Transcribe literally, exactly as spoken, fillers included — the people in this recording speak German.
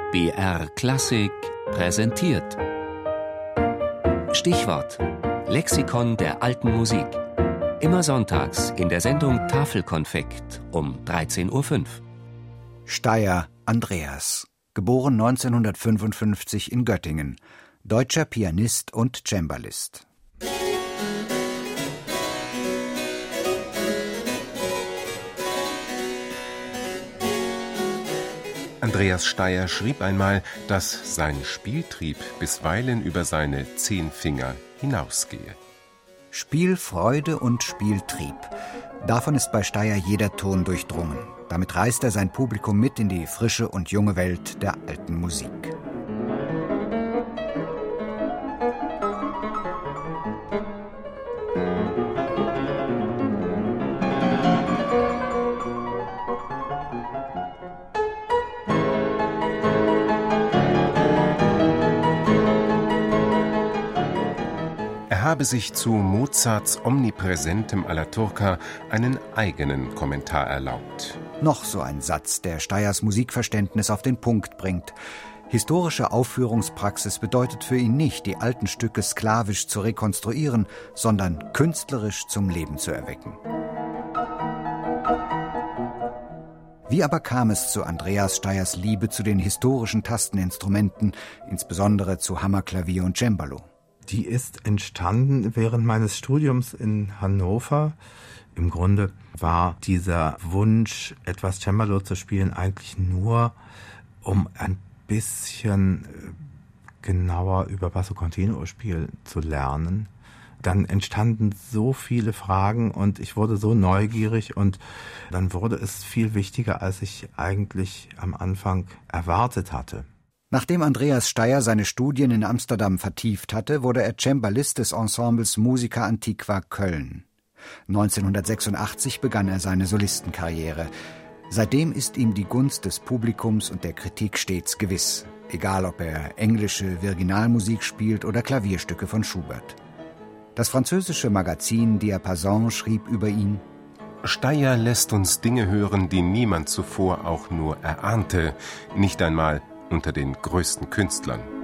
B R Klassik präsentiert. Stichwort: Lexikon der alten Musik. Immer sonntags in der Sendung Tafelkonfekt um dreizehn Uhr fünf. Steyr Andreas, geboren neunzehnhundertfünfundfünfzig in Göttingen, deutscher Pianist und Cembalist. Andreas Steyr schrieb einmal, dass sein Spieltrieb bisweilen über seine zehn Finger hinausgehe. Spielfreude und Spieltrieb. Davon ist bei Steyr jeder Ton durchdrungen. Damit reißt er sein Publikum mit in die frische und junge Welt der alten Musik. Er habe sich zu Mozarts omnipräsentem Alla Turca einen eigenen Kommentar erlaubt. Noch so ein Satz, der Steyrs Musikverständnis auf den Punkt bringt. Historische Aufführungspraxis bedeutet für ihn nicht, die alten Stücke sklavisch zu rekonstruieren, sondern künstlerisch zum Leben zu erwecken. Wie aber kam es zu Andreas Steyrs Liebe zu den historischen Tasteninstrumenten, insbesondere zu Hammerklavier und Cembalo? Die ist entstanden während meines Studiums in Hannover. Im Grunde war dieser Wunsch, etwas Cembalo zu spielen, eigentlich nur, um ein bisschen genauer über Basso Continuo spielen zu lernen. Dann entstanden so viele Fragen und ich wurde so neugierig und dann wurde es viel wichtiger, als ich eigentlich am Anfang erwartet hatte. Nachdem Andreas Steyr seine Studien in Amsterdam vertieft hatte, wurde er Cembalist des Ensembles Musica Antiqua Köln. neunzehnhundertsechsundachtzig begann er seine Solistenkarriere. Seitdem ist ihm die Gunst des Publikums und der Kritik stets gewiss, egal ob er englische Virginalmusik spielt oder Klavierstücke von Schubert. Das französische Magazin Diapason schrieb über ihn: Steyr lässt uns Dinge hören, die niemand zuvor auch nur erahnte, nicht einmal unter den größten Künstlern.